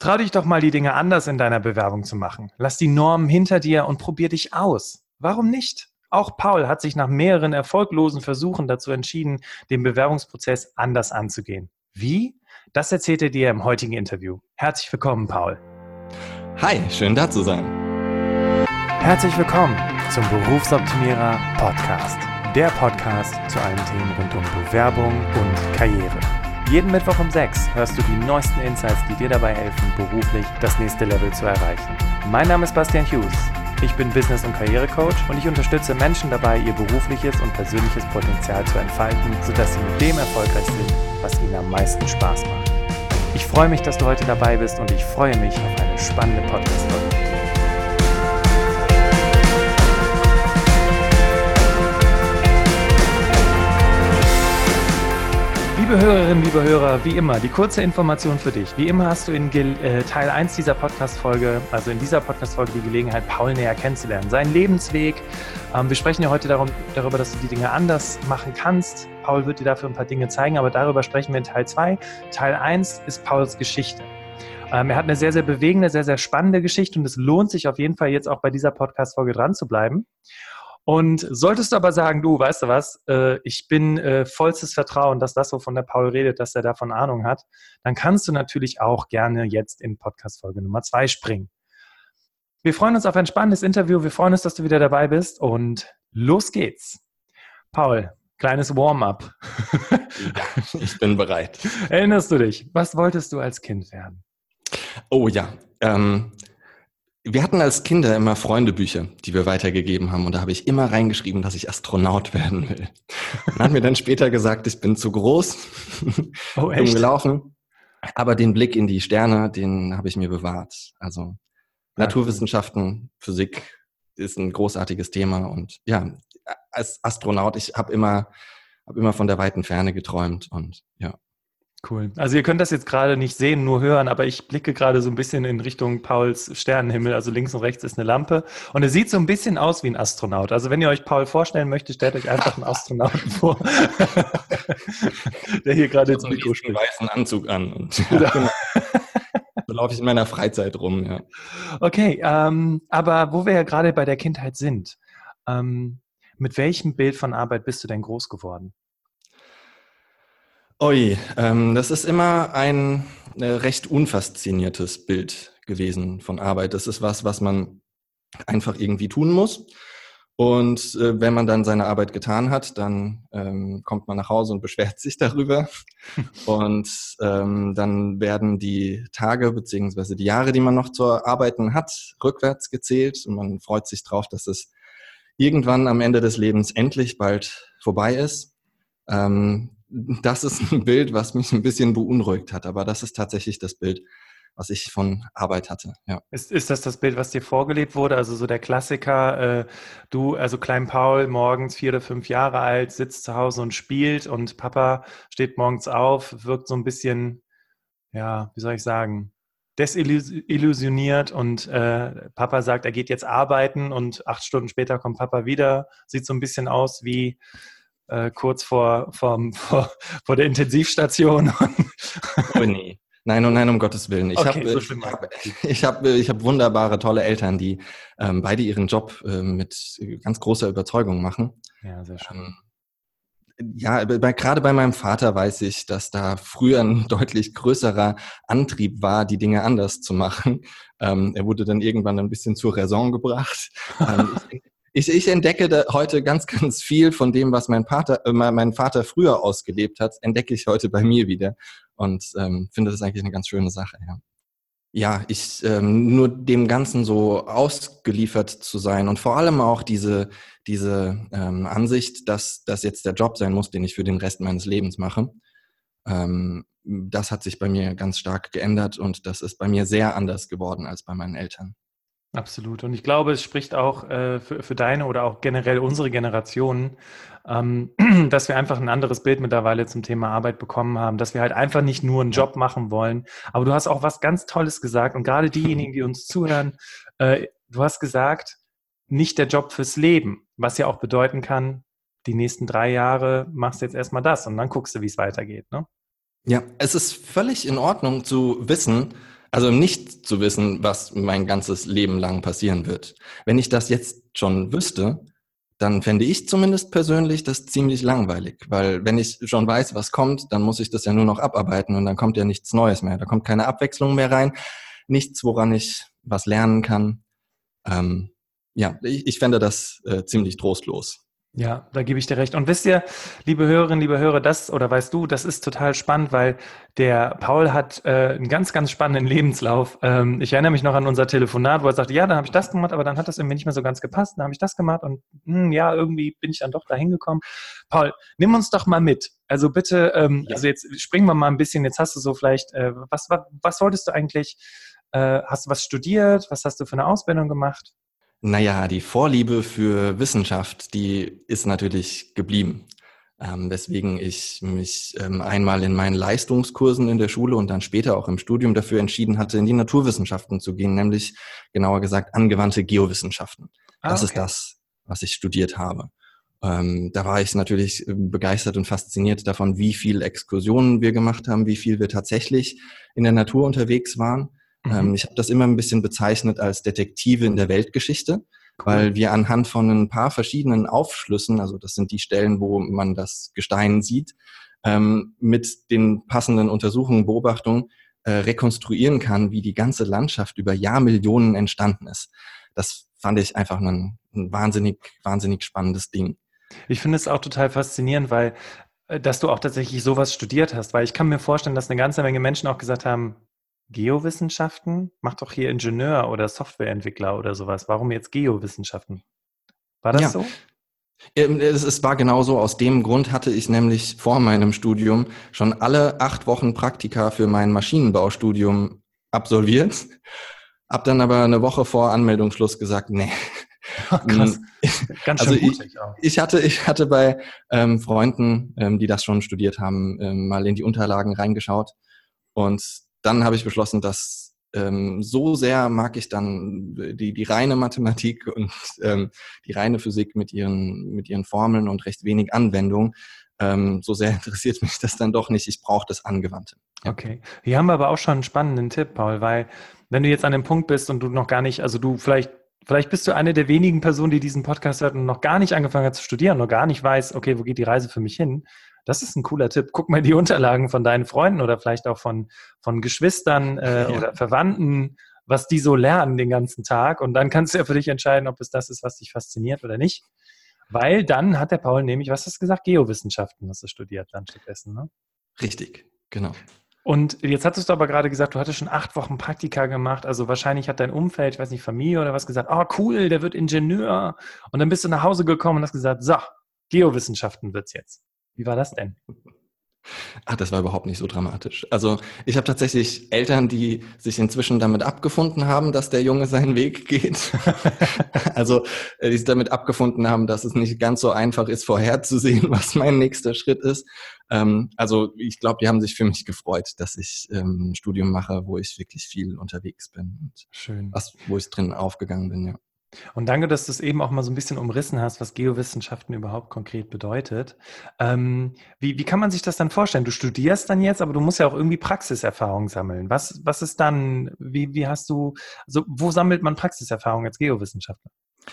Trau dich doch mal, die Dinge anders in deiner Bewerbung zu machen. Lass die Normen hinter dir und probier dich aus. Warum nicht? Auch Paul hat sich nach mehreren erfolglosen Versuchen dazu entschieden, den Bewerbungsprozess anders anzugehen. Wie? Das erzählt er dir im heutigen Interview. Herzlich willkommen, Paul. Hi, schön da zu sein. Herzlich willkommen zum Berufsoptimierer Podcast. Der Podcast zu allen Themen rund um Bewerbung und Karriere. Jeden Mittwoch um 6 hörst du die neuesten Insights, die dir dabei helfen, beruflich das nächste Level zu erreichen. Mein Name ist Bastian Hughes. Ich bin Business- und Karrierecoach und ich unterstütze Menschen dabei, ihr berufliches und persönliches Potenzial zu entfalten, sodass sie mit dem erfolgreich sind, was ihnen am meisten Spaß macht. Ich freue mich, dass du heute dabei bist und ich freue mich auf eine spannende Podcast-Folge. Liebe Hörerinnen, liebe Hörer, wie immer, die kurze Information für dich. Wie immer hast du in Teil 1 dieser Podcast-Folge, also in dieser Podcast-Folge, die Gelegenheit, Paul näher kennenzulernen. Seinen Lebensweg. Wir sprechen ja heute darüber, dass du die Dinge anders machen kannst. Paul wird dir dafür ein paar Dinge zeigen, aber darüber sprechen wir in Teil 2. Teil 1 ist Pauls Geschichte. Er hat eine sehr, sehr bewegende, sehr, sehr spannende Geschichte und es lohnt sich auf jeden Fall jetzt auch bei dieser Podcast-Folge dran zu bleiben. Und solltest du aber sagen, du, weißt du was, ich bin vollstes Vertrauen, dass das, wovon der Paul redet, dass er davon Ahnung hat, dann kannst du natürlich auch gerne jetzt in Podcast-Folge Nummer 2 springen. Wir freuen uns auf ein spannendes Interview, wir freuen uns, dass du wieder dabei bist und los geht's. Paul, kleines Warm-up. Ja, ich bin bereit. Erinnerst du dich, was wolltest du als Kind werden? Oh ja, wir hatten als Kinder immer Freundebücher, die wir weitergegeben haben und da habe ich immer reingeschrieben, dass ich Astronaut werden will. Man hat mir dann später gesagt, ich bin zu groß, dumm gelaufen, aber den Blick in die Sterne, den habe ich mir bewahrt. Also Naturwissenschaften, Physik ist ein großartiges Thema und ja, als Astronaut, ich habe immer von der weiten Ferne geträumt und ja. Cool. Also ihr könnt das jetzt gerade nicht sehen, nur hören, aber ich blicke gerade so ein bisschen in Richtung Pauls Sternenhimmel. Also links und rechts ist eine Lampe und er sieht so ein bisschen aus wie ein Astronaut. Also wenn ihr euch Paul vorstellen möchtet, stellt euch einfach einen Astronauten vor, der hier gerade ins Mikro spricht. Ich habe einen weißen Anzug an und genau. So laufe ich in meiner Freizeit rum. Ja. Okay, aber wo wir ja gerade bei der Kindheit sind, mit welchem Bild von Arbeit bist du denn groß geworden? Das ist immer ein recht unfasziniertes Bild gewesen von Arbeit. Das ist was man einfach irgendwie tun muss. Und wenn man dann seine Arbeit getan hat, dann kommt man nach Hause und beschwert sich darüber. Und dann werden die Tage beziehungsweise die Jahre, die man noch zu arbeiten hat, rückwärts gezählt. Und man freut sich drauf, dass es irgendwann am Ende des Lebens endlich bald vorbei ist. Das ist ein Bild, was mich ein bisschen beunruhigt hat, aber das ist tatsächlich das Bild, was ich von Arbeit hatte. Ja. Ist das Bild, was dir vorgelebt wurde? Also so der Klassiker, du, also Klein Paul, morgens 4 oder 5 Jahre alt, sitzt zu Hause und spielt und Papa steht morgens auf, wirkt so ein bisschen, ja, wie soll ich sagen, desillusioniert und Papa sagt, er geht jetzt arbeiten und 8 Stunden später kommt Papa wieder, sieht so ein bisschen aus wie kurz vor der Intensivstation. Oh nee. Nein, oh nein, um Gottes Willen. Ich habe wunderbare, tolle Eltern, die beide ihren Job mit ganz großer Überzeugung machen. Ja, sehr schön. Gerade bei meinem Vater weiß ich, dass da früher ein deutlich größerer Antrieb war, die Dinge anders zu machen. Er wurde dann irgendwann ein bisschen zur Raison gebracht. Ich entdecke heute ganz, ganz viel von dem, was mein Vater früher ausgelebt hat, entdecke ich heute bei mir wieder und finde das eigentlich eine ganz schöne Sache. Ja, nur dem Ganzen so ausgeliefert zu sein und vor allem auch diese Ansicht, dass das jetzt der Job sein muss, den ich für den Rest meines Lebens mache, das hat sich bei mir ganz stark geändert und das ist bei mir sehr anders geworden als bei meinen Eltern. Absolut. Und ich glaube, es spricht auch für deine oder auch generell unsere Generation, dass wir einfach ein anderes Bild mittlerweile zum Thema Arbeit bekommen haben, dass wir halt einfach nicht nur einen Job machen wollen. Aber du hast auch was ganz Tolles gesagt und gerade diejenigen, die uns zuhören, du hast gesagt, nicht der Job fürs Leben, was ja auch bedeuten kann, die nächsten 3 Jahre machst du jetzt erstmal das und dann guckst du, wie es weitergeht, ne? Ja, es ist völlig in Ordnung zu wissen, Also nicht zu wissen, was mein ganzes Leben lang passieren wird. Wenn ich das jetzt schon wüsste, dann fände ich zumindest persönlich das ziemlich langweilig, weil wenn ich schon weiß, was kommt, dann muss ich das ja nur noch abarbeiten und dann kommt ja nichts Neues mehr. Da kommt keine Abwechslung mehr rein, nichts, woran ich was lernen kann. Ja, ich fände das ziemlich trostlos. Ja, da gebe ich dir recht. Und wisst ihr, liebe Hörerinnen, liebe Hörer, oder weißt du, das ist total spannend, weil der Paul hat einen ganz, ganz spannenden Lebenslauf. Ich erinnere mich noch an unser Telefonat, wo er sagte, ja, dann habe ich das gemacht, aber dann hat das irgendwie nicht mehr so ganz gepasst. Dann habe ich das gemacht und ja, irgendwie bin ich dann doch da hingekommen. Paul, nimm uns doch mal mit. Also bitte, also jetzt springen wir mal ein bisschen, jetzt hast du so vielleicht, was wolltest du eigentlich, hast du was studiert? Was hast du für eine Ausbildung gemacht? Naja, die Vorliebe für Wissenschaft, die ist natürlich geblieben. Weswegen ich mich einmal in meinen Leistungskursen in der Schule und dann später auch im Studium dafür entschieden hatte, in die Naturwissenschaften zu gehen, nämlich genauer gesagt angewandte Geowissenschaften. Das ist Okay. das, was ich studiert habe. Da war ich natürlich begeistert und fasziniert davon, wie viel Exkursionen wir gemacht haben, wie viel wir tatsächlich in der Natur unterwegs waren. Ich habe das immer ein bisschen bezeichnet als Detektive in der Weltgeschichte, weil wir anhand von ein paar verschiedenen Aufschlüssen, also das sind die Stellen, wo man das Gestein sieht, mit den passenden Untersuchungen, Beobachtungen rekonstruieren kann, wie die ganze Landschaft über Jahrmillionen entstanden ist. Das fand ich einfach ein wahnsinnig, wahnsinnig spannendes Ding. Ich finde es auch total faszinierend, weil, dass du auch tatsächlich sowas studiert hast, weil ich kann mir vorstellen, dass eine ganze Menge Menschen auch gesagt haben, Geowissenschaften? Mach doch hier Ingenieur oder Softwareentwickler oder sowas. Warum jetzt Geowissenschaften? War das Ja, so? es war genauso. Aus dem Grund hatte ich nämlich vor meinem Studium schon alle 8 Wochen Praktika für mein Maschinenbaustudium absolviert. Hab dann aber eine Woche vor Anmeldungsschluss gesagt, nee. Krass. Ganz Also schön mutig auch. ich hatte bei Freunden, die das schon studiert haben, mal in die Unterlagen reingeschaut. Und dann habe ich beschlossen, dass so sehr mag ich dann die reine Mathematik und die reine Physik mit ihren Formeln und recht wenig Anwendung. So sehr interessiert mich das dann doch nicht. Ich brauche das Angewandte. Ja. Okay. Hier haben wir aber auch schon einen spannenden Tipp, Paul, weil wenn du jetzt an dem Punkt bist und du noch gar nicht, also du vielleicht bist du eine der wenigen Personen, die diesen Podcast hört und noch gar nicht angefangen hat zu studieren, noch gar nicht weiß, okay, wo geht die Reise für mich hin? Das ist ein cooler Tipp. Guck mal in die Unterlagen von deinen Freunden oder vielleicht auch von Geschwistern oder Verwandten, was die so lernen den ganzen Tag. Und dann kannst du ja für dich entscheiden, ob es das ist, was dich fasziniert oder nicht. Weil dann hat der Paul nämlich, was hast du gesagt, Geowissenschaften hast du studiert dann stattdessen, ne? Richtig, genau. Und jetzt hattest du aber gerade gesagt, du hattest schon 8 Wochen Praktika gemacht. Also wahrscheinlich hat dein Umfeld, ich weiß nicht, Familie oder was gesagt, oh cool, der wird Ingenieur. Und dann bist du nach Hause gekommen und hast gesagt, so, Geowissenschaften wird's jetzt. Wie war das denn? Ach, das war überhaupt nicht so dramatisch. Also ich habe tatsächlich Eltern, die sich inzwischen damit abgefunden haben, dass der Junge seinen Weg geht. Also die sich damit abgefunden haben, dass es nicht ganz so einfach ist, vorherzusehen, was mein nächster Schritt ist. Also ich glaube, die haben sich für mich gefreut, dass ich ein Studium mache, wo ich wirklich viel unterwegs bin und Schön. wo ich drin aufgegangen bin, ja. Und danke, dass du es eben auch mal so ein bisschen umrissen hast, was Geowissenschaften überhaupt konkret bedeutet. Wie kann man sich das dann vorstellen? Du studierst dann jetzt, aber du musst ja auch irgendwie Praxiserfahrung sammeln. Was ist dann, wie hast du, also wo sammelt man Praxiserfahrung als Geowissenschaftler?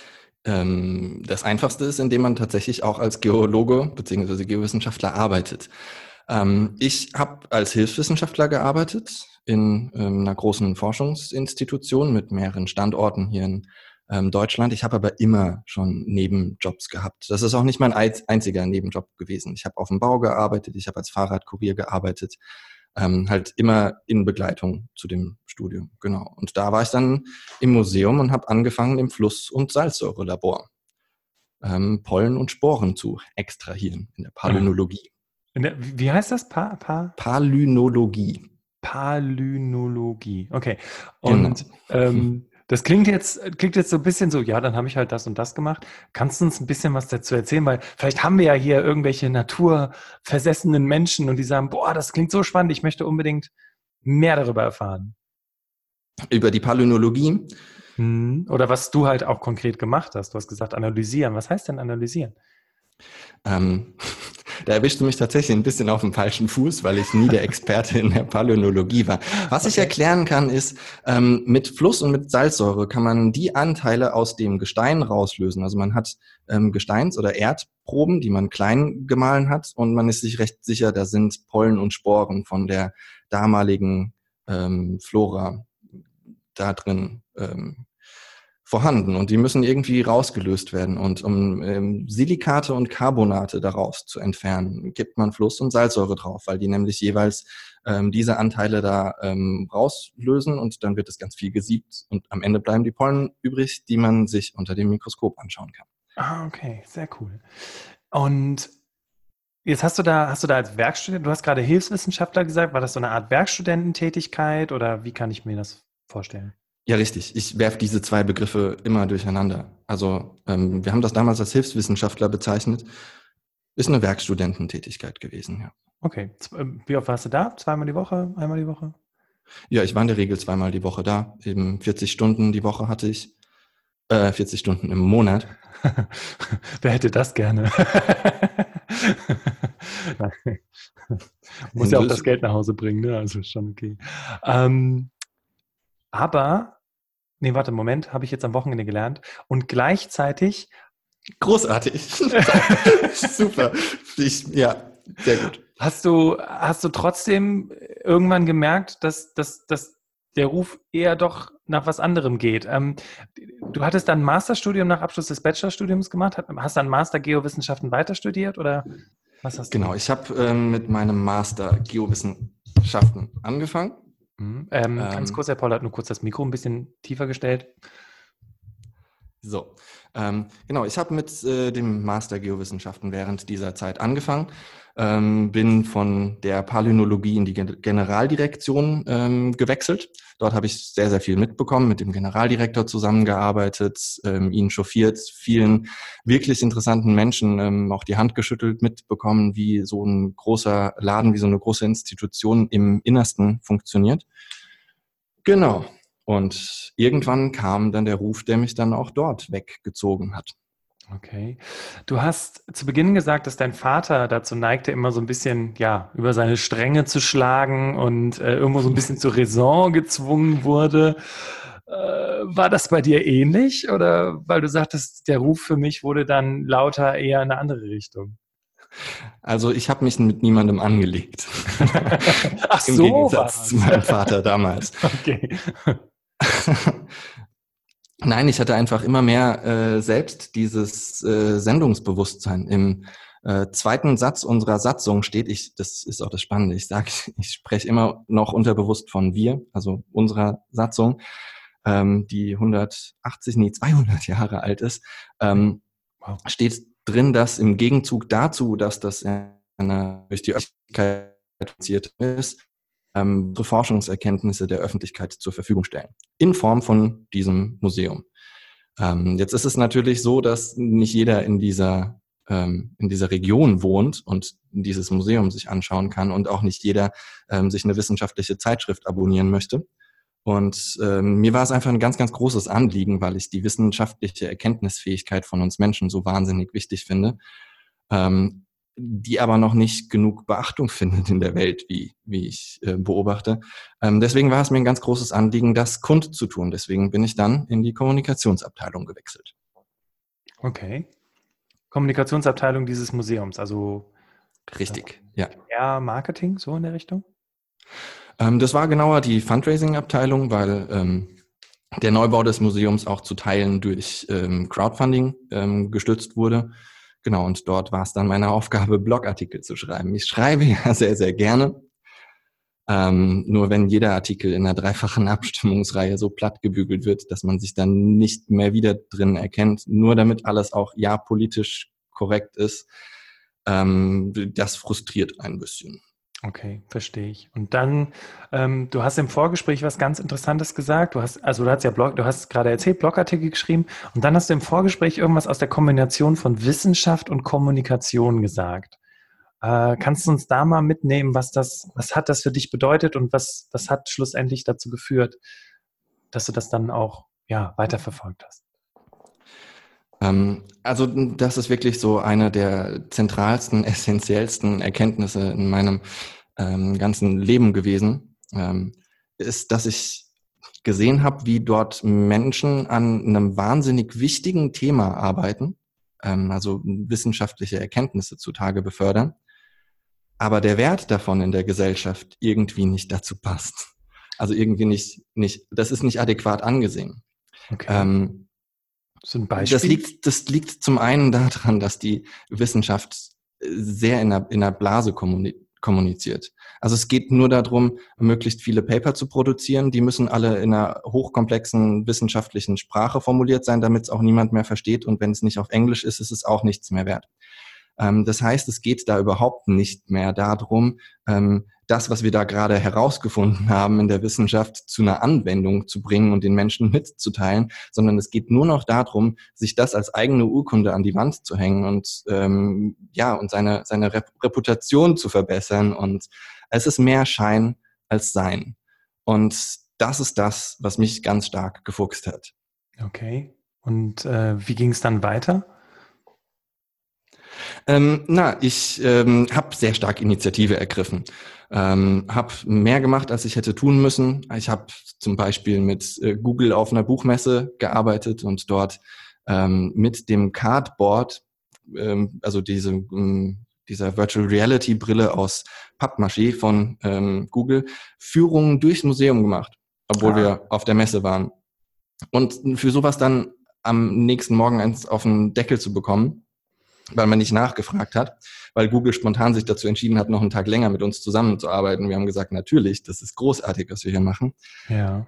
Das Einfachste ist, indem man tatsächlich auch als Geologe bzw. Geowissenschaftler arbeitet. Ich habe als Hilfswissenschaftler gearbeitet in einer großen Forschungsinstitution mit mehreren Standorten hier in Deutschland. Ich habe aber immer schon Nebenjobs gehabt. Das ist auch nicht mein einziger Nebenjob gewesen. Ich habe auf dem Bau gearbeitet, ich habe als Fahrradkurier gearbeitet, halt immer in Begleitung zu dem Studium. Genau. Und da war ich dann im Museum und habe angefangen, im Fluss- und Salzsäurelabor Pollen und Sporen zu extrahieren in der Palynologie. Wie heißt das? Palynologie. Palynologie. Okay. Genau. Und das klingt jetzt so ein bisschen so, ja, dann habe ich halt das und das gemacht. Kannst du uns ein bisschen was dazu erzählen? Weil vielleicht haben wir ja hier irgendwelche naturversessenen Menschen und die sagen, boah, das klingt so spannend, ich möchte unbedingt mehr darüber erfahren. Über die Palynologie. Oder was du halt auch konkret gemacht hast. Du hast gesagt, analysieren. Was heißt denn analysieren? Da erwischst du mich tatsächlich ein bisschen auf dem falschen Fuß, weil ich nie der Experte in der Paläontologie war. Was ich erklären kann, ist, mit Fluss und mit Salzsäure kann man die Anteile aus dem Gestein rauslösen. Also man hat Gesteins- oder Erdproben, die man klein gemahlen hat, und man ist sich recht sicher, da sind Pollen und Sporen von der damaligen Flora da drin vorhanden, und die müssen irgendwie rausgelöst werden. Und um Silikate und Carbonate daraus zu entfernen, gibt man Fluss und Salzsäure drauf, weil die nämlich jeweils diese Anteile da rauslösen, und dann wird es ganz viel gesiebt und am Ende bleiben die Pollen übrig, die man sich unter dem Mikroskop anschauen kann. Ah, okay, sehr cool. Und jetzt hast du da als Werkstudent, du hast gerade Hilfswissenschaftler gesagt, war das so eine Art Werkstudententätigkeit oder wie kann ich mir das vorstellen? Ja, richtig. Ich werfe diese zwei Begriffe immer durcheinander. Also wir haben das damals als Hilfswissenschaftler bezeichnet. Ist eine Werkstudententätigkeit gewesen, ja. Okay, wie oft warst du da? Zweimal die Woche, einmal die Woche? Ja, ich war in der Regel 2-mal die Woche da. Eben 40 Stunden die Woche hatte ich. 40 Stunden im Monat. Wer hätte das gerne? Muss ja auch das Geld nach Hause bringen, ne? Also schon okay. Aber, nee, warte, Moment, habe ich jetzt am Wochenende gelernt. Und gleichzeitig. Großartig. Super. Ja, sehr gut. Hast du trotzdem irgendwann gemerkt, dass der Ruf eher doch nach was anderem geht? Du hattest dann ein Masterstudium nach Abschluss des Bachelorstudiums gemacht, hast dann Master Geowissenschaften weiter studiert oder was hast du? Genau, ich habe mit meinem Master Geowissenschaften angefangen. Ganz kurz, Herr Paul hat nur kurz das Mikro ein bisschen tiefer gestellt. So, genau, ich habe mit dem Master Geowissenschaften während dieser Zeit angefangen, bin von der Palynologie in die Generaldirektion gewechselt. Dort habe ich sehr, sehr viel mitbekommen, mit dem Generaldirektor zusammengearbeitet, ihn chauffiert, vielen wirklich interessanten Menschen auch die Hand geschüttelt, mitbekommen, wie so ein großer Laden, wie so eine große Institution im Innersten funktioniert. Genau. Und irgendwann kam dann der Ruf, der mich dann auch dort weggezogen hat. Okay. Du hast zu Beginn gesagt, dass dein Vater dazu neigte, immer so ein bisschen, ja, über seine Stränge zu schlagen und irgendwo so ein bisschen zur Raison gezwungen wurde. War das bei dir ähnlich? Oder weil du sagtest, der Ruf für mich wurde dann lauter eher in eine andere Richtung? Also ich habe mich mit niemandem angelegt. Ach so, im Gegensatz zu meinem Vater damals. Okay. Nein, ich hatte einfach immer mehr selbst dieses Sendungsbewusstsein. Im zweiten Satz unserer Satzung steht, das ist auch das Spannende, ich spreche immer noch unterbewusst von wir, also unserer Satzung, die 200 Jahre alt ist, steht drin, dass im Gegenzug dazu, dass das durch die Öffentlichkeit passiert ist, Forschungserkenntnisse der Öffentlichkeit zur Verfügung stellen, in Form von diesem Museum. Jetzt ist es natürlich so, dass nicht jeder in dieser Region wohnt und dieses Museum sich anschauen kann und auch nicht jeder sich eine wissenschaftliche Zeitschrift abonnieren möchte. Und mir war es einfach ein ganz, ganz großes Anliegen, weil ich die wissenschaftliche Erkenntnisfähigkeit von uns Menschen so wahnsinnig wichtig finde, die aber noch nicht genug Beachtung findet in der Welt, wie ich beobachte. Deswegen war es mir ein ganz großes Anliegen, das kundzutun. Deswegen bin ich dann in die Kommunikationsabteilung gewechselt. Okay. Kommunikationsabteilung dieses Museums, also richtig, ja. Eher Marketing, so in der Richtung? Das war genauer die Fundraising-Abteilung, weil der Neubau des Museums auch zu Teilen durch Crowdfunding gestützt wurde. Genau, und dort war es dann meine Aufgabe, Blogartikel zu schreiben. Ich schreibe ja sehr, sehr gerne. Nur wenn jeder Artikel in einer dreifachen Abstimmungsreihe so platt gebügelt wird, dass man sich dann nicht mehr wieder drin erkennt, nur damit alles auch ja politisch korrekt ist, das frustriert ein bisschen. Okay, verstehe ich. Und dann, du hast im Vorgespräch was ganz Interessantes gesagt. Du hast gerade erzählt, Blogartikel geschrieben und dann hast du im Vorgespräch irgendwas aus der Kombination von Wissenschaft und Kommunikation gesagt. Kannst du uns da mal mitnehmen, was hat das für dich bedeutet und was hat schlussendlich dazu geführt, dass du das dann auch, ja, weiterverfolgt hast? Also das ist wirklich so eine der zentralsten, essentiellsten Erkenntnisse in meinem ganzen Leben gewesen, ist, dass ich gesehen habe, wie dort Menschen an einem wahnsinnig wichtigen Thema arbeiten, also wissenschaftliche Erkenntnisse zutage befördern, aber der Wert davon in der Gesellschaft irgendwie nicht dazu passt. Also irgendwie nicht, das ist nicht adäquat angesehen. Okay. So ein Das Beispiel? liegt zum einen daran, dass die Wissenschaft sehr in einer Blase kommuniziert. Also es geht nur darum, möglichst viele Paper zu produzieren. Die müssen alle in einer hochkomplexen wissenschaftlichen Sprache formuliert sein, damit es auch niemand mehr versteht. Und wenn es nicht auf Englisch ist, ist es auch nichts mehr wert. Das heißt, es geht da überhaupt nicht mehr darum, das, was wir da gerade herausgefunden haben in der Wissenschaft, zu einer Anwendung zu bringen und den Menschen mitzuteilen, sondern es geht nur noch darum, sich das als eigene Urkunde an die Wand zu hängen und und seine Reputation zu verbessern. Und es ist mehr Schein als Sein. Und das ist das, was mich ganz stark gefuchst hat. Okay. Und wie ging es dann weiter? Ich habe sehr stark Initiative ergriffen. Habe mehr gemacht, als ich hätte tun müssen. Ich habe zum Beispiel mit Google auf einer Buchmesse gearbeitet und dort mit dem Cardboard, also dieser Virtual Reality Brille aus Pappmaché von Google, Führungen durchs Museum gemacht, obwohl wir auf der Messe waren. Und für sowas dann am nächsten Morgen eins auf den Deckel zu bekommen, weil man nicht nachgefragt hat, weil Google spontan sich dazu entschieden hat, noch einen Tag länger mit uns zusammenzuarbeiten. Wir haben gesagt, natürlich, das ist großartig, was wir hier machen. Ja.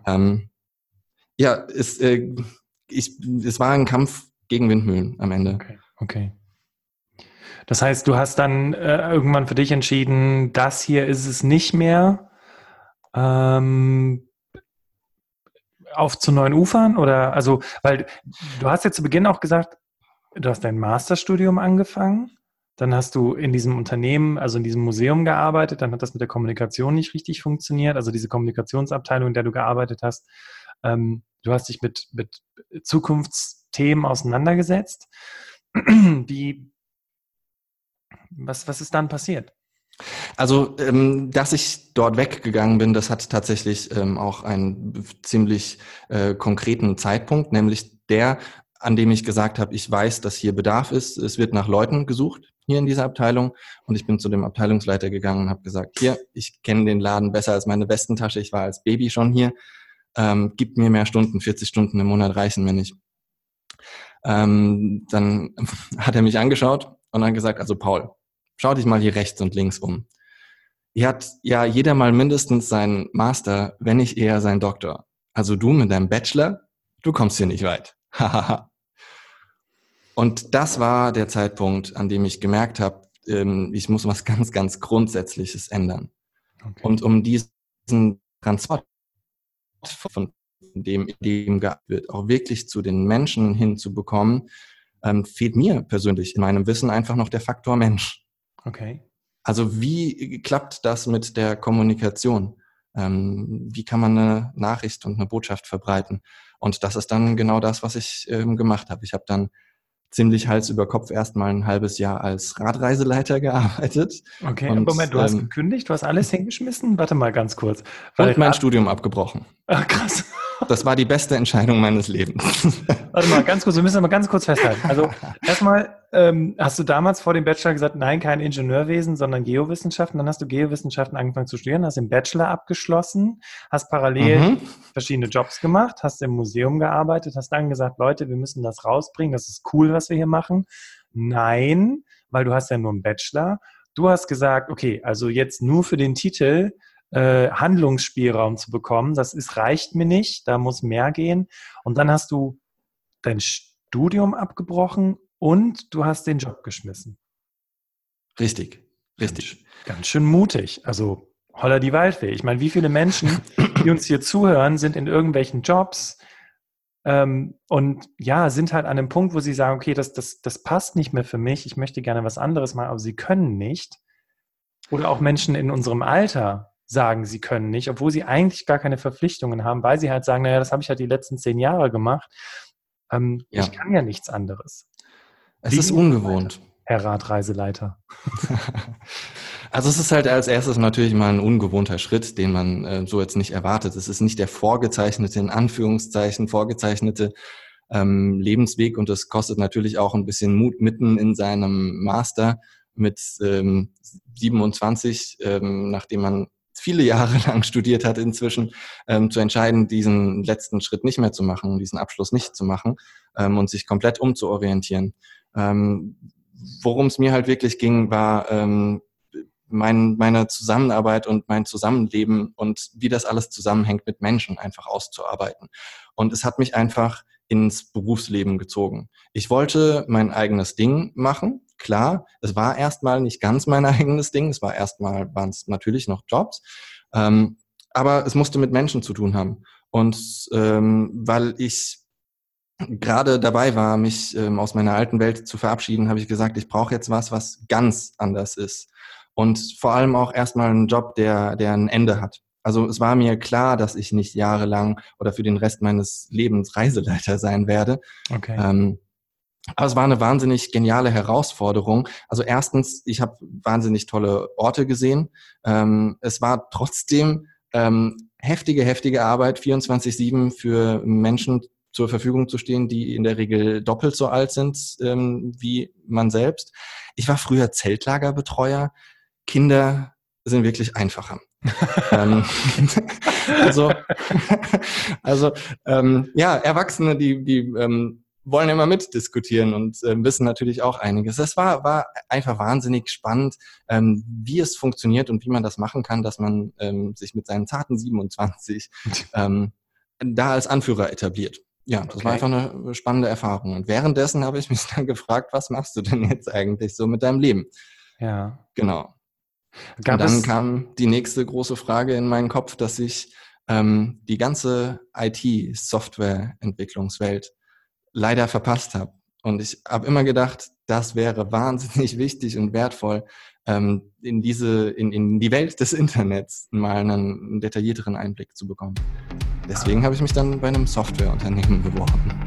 Es war ein Kampf gegen Windmühlen am Ende. Okay. Das heißt, du hast dann irgendwann für dich entschieden, das hier ist es nicht mehr. Auf zu neuen Ufern? Oder also, weil du hast ja zu Beginn auch gesagt, du hast dein Masterstudium angefangen, dann hast du in diesem Unternehmen, also in diesem Museum gearbeitet, dann hat das mit der Kommunikation nicht richtig funktioniert, also diese Kommunikationsabteilung, in der du gearbeitet hast. Du hast dich mit Zukunftsthemen auseinandergesetzt. Was ist dann passiert? Also, dass ich dort weggegangen bin, das hat tatsächlich auch einen ziemlich konkreten Zeitpunkt, nämlich der, an dem ich gesagt habe, ich weiß, dass hier Bedarf ist. Es wird nach Leuten gesucht hier in dieser Abteilung. Und ich bin zu dem Abteilungsleiter gegangen und habe gesagt, hier, ich kenne den Laden besser als meine Westentasche. Ich war als Baby schon hier. Gib mir mehr Stunden, 40 Stunden im Monat reichen mir nicht. Dann hat er mich angeschaut und dann gesagt, also Paul, schau dich mal hier rechts und links um. Hier hat ja jeder mal mindestens seinen Master, wenn nicht eher seinen Doktor. Also du mit deinem Bachelor, du kommst hier nicht weit. Und das war der Zeitpunkt, an dem ich gemerkt habe, ich muss was ganz, ganz Grundsätzliches ändern. Okay. Und um diesen Transport von dem gearbeitet wird, auch wirklich zu den Menschen hinzubekommen, fehlt mir persönlich in meinem Wissen einfach noch der Faktor Mensch. Okay. Also wie klappt das mit der Kommunikation? Wie kann man eine Nachricht und eine Botschaft verbreiten? Und das ist dann genau das, was ich gemacht habe. Ich habe dann ziemlich Hals über Kopf erstmal ein halbes Jahr als Radreiseleiter gearbeitet. Okay, und, Moment, du hast gekündigt, du hast alles hingeschmissen? Warte mal ganz kurz. Und mein Studium abgebrochen. Ach, krass. Das war die beste Entscheidung meines Lebens. Warte mal, ganz kurz, wir müssen aber ganz kurz festhalten. Also erstmal hast du damals vor dem Bachelor gesagt, nein, kein Ingenieurwesen, sondern Geowissenschaften. Dann hast du Geowissenschaften angefangen zu studieren, hast den Bachelor abgeschlossen, hast parallel verschiedene Jobs gemacht, hast im Museum gearbeitet, hast dann gesagt, Leute, wir müssen das rausbringen, das ist cool, was wir hier machen. Nein, weil du hast ja nur einen Bachelor. Du hast gesagt, okay, also jetzt nur für den Titel Handlungsspielraum zu bekommen, reicht mir nicht, da muss mehr gehen. Und dann hast du dein Studium abgebrochen und du hast den Job geschmissen. Richtig. Ganz schön mutig. Also holla die Waldfee. Ich meine, wie viele Menschen, die uns hier zuhören, sind in irgendwelchen Jobs und ja, sind halt an einem Punkt, wo sie sagen, okay, das passt nicht mehr für mich, ich möchte gerne was anderes machen, aber sie können nicht. Oder auch Menschen in unserem Alter sagen, sie können nicht, obwohl sie eigentlich gar keine Verpflichtungen haben, weil sie halt sagen, naja, das habe ich halt die letzten 10 Jahre gemacht. Ich kann ja nichts anderes. Es ist ungewohnt. Herr Radreiseleiter. Also es ist halt als erstes natürlich mal ein ungewohnter Schritt, den man so jetzt nicht erwartet. Es ist nicht der vorgezeichnete, in Anführungszeichen, vorgezeichnete Lebensweg, und es kostet natürlich auch ein bisschen Mut, mitten in seinem Master mit 27, nachdem man viele Jahre lang studiert hat inzwischen, zu entscheiden, diesen letzten Schritt nicht mehr zu machen, diesen Abschluss nicht zu machen und sich komplett umzuorientieren. Worum es mir halt wirklich ging, war meine Zusammenarbeit und mein Zusammenleben und wie das alles zusammenhängt mit Menschen einfach auszuarbeiten. Und es hat mich einfach ins Berufsleben gezogen. Ich wollte mein eigenes Ding machen. Klar, es war erstmal nicht ganz mein eigenes Ding. Waren es natürlich noch Jobs. Aber es musste mit Menschen zu tun haben. Und weil ich gerade dabei war, mich aus meiner alten Welt zu verabschieden, habe ich gesagt, ich brauche jetzt was ganz anders ist. Und vor allem auch erstmal einen Job, der ein Ende hat. Also es war mir klar, dass ich nicht jahrelang oder für den Rest meines Lebens Reiseleiter sein werde. Okay. Aber es war eine wahnsinnig geniale Herausforderung. Also erstens, ich habe wahnsinnig tolle Orte gesehen. Es war trotzdem heftige Arbeit, 24/7 für Menschen zur Verfügung zu stehen, die in der Regel doppelt so alt sind wie man selbst. Ich war früher Zeltlagerbetreuer. Kinder sind wirklich einfacher. Erwachsene, die wollen immer mitdiskutieren und wissen natürlich auch einiges. Das war einfach wahnsinnig spannend, wie es funktioniert und wie man das machen kann, dass man sich mit seinen zarten 27 da als Anführer etabliert. Ja, das war einfach eine spannende Erfahrung. Und währenddessen habe ich mich dann gefragt, was machst du denn jetzt eigentlich so mit deinem Leben? Ja. Genau. Und dann kam die nächste große Frage in meinen Kopf, dass ich die ganze IT-Software-Entwicklungswelt leider verpasst habe. Und ich habe immer gedacht, das wäre wahnsinnig wichtig und wertvoll, in die Welt des Internets mal einen detaillierteren Einblick zu bekommen. Deswegen habe ich mich dann bei einem Softwareunternehmen beworben.